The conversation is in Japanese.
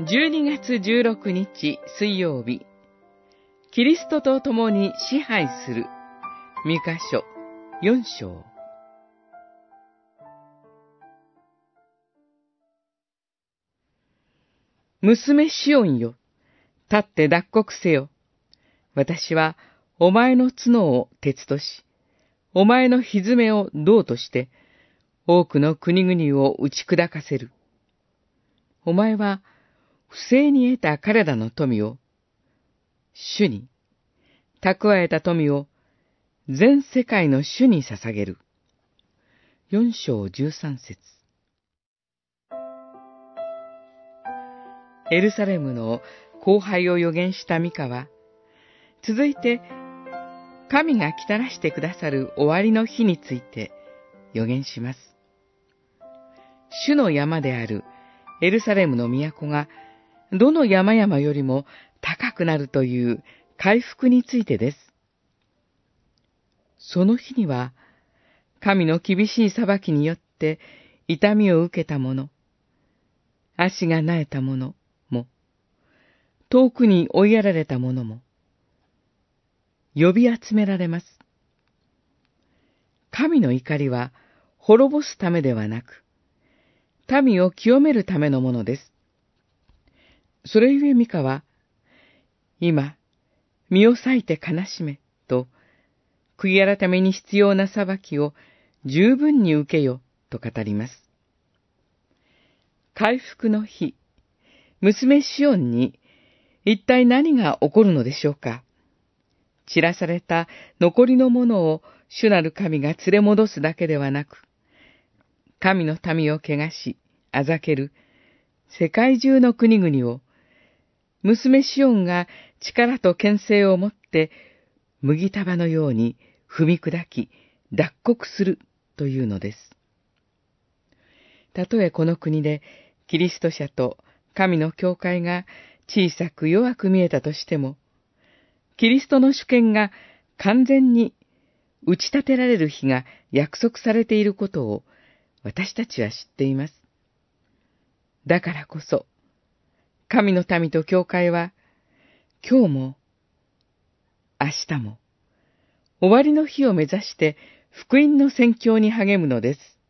12月16日水曜日、キリストと共に支配する御箇所4章。娘シオンよ、立って脱穀せよ。私はお前の角を鉄とし、お前の蹄を銅として、多くの国々を打ち砕かせる。お前は不正に得た彼らの富を、主に、蓄えた富を全世界の主に捧げる。4章13節。エルサレムの荒廃を予言したミカは、続いて神が来たらしてくださる終わりの日について予言します。主の山であるエルサレムの都がどの山々よりも高くなるという回復についてです。その日には、神の厳しい裁きによって痛みを受けた者、足が萎えた者も、遠くに追いやられた者も、呼び集められます。神の怒りは滅ぼすためではなく、民を清めるためのものです。それゆえミカは、今、身を裂いて悲しめ、と、悔い改めに必要な裁きを十分に受けよ、と語ります。回復の日、娘シオンに、一体何が起こるのでしょうか。散らされた残りのものを主なる神が連れ戻すだけではなく、神の民を汚し、あざける世界中の国々を、娘シオンが力と権勢をもって麦束のように踏み砕き、脱穀するというのです。たとえこの国でキリスト者と神の教会が小さく弱く見えたとしても、キリストの主権が完全に打ち立てられる日が約束されていることを私たちは知っています。だからこそ、神の民と教会は、今日も、明日も、終わりの日を目指して福音の宣教に励むのです。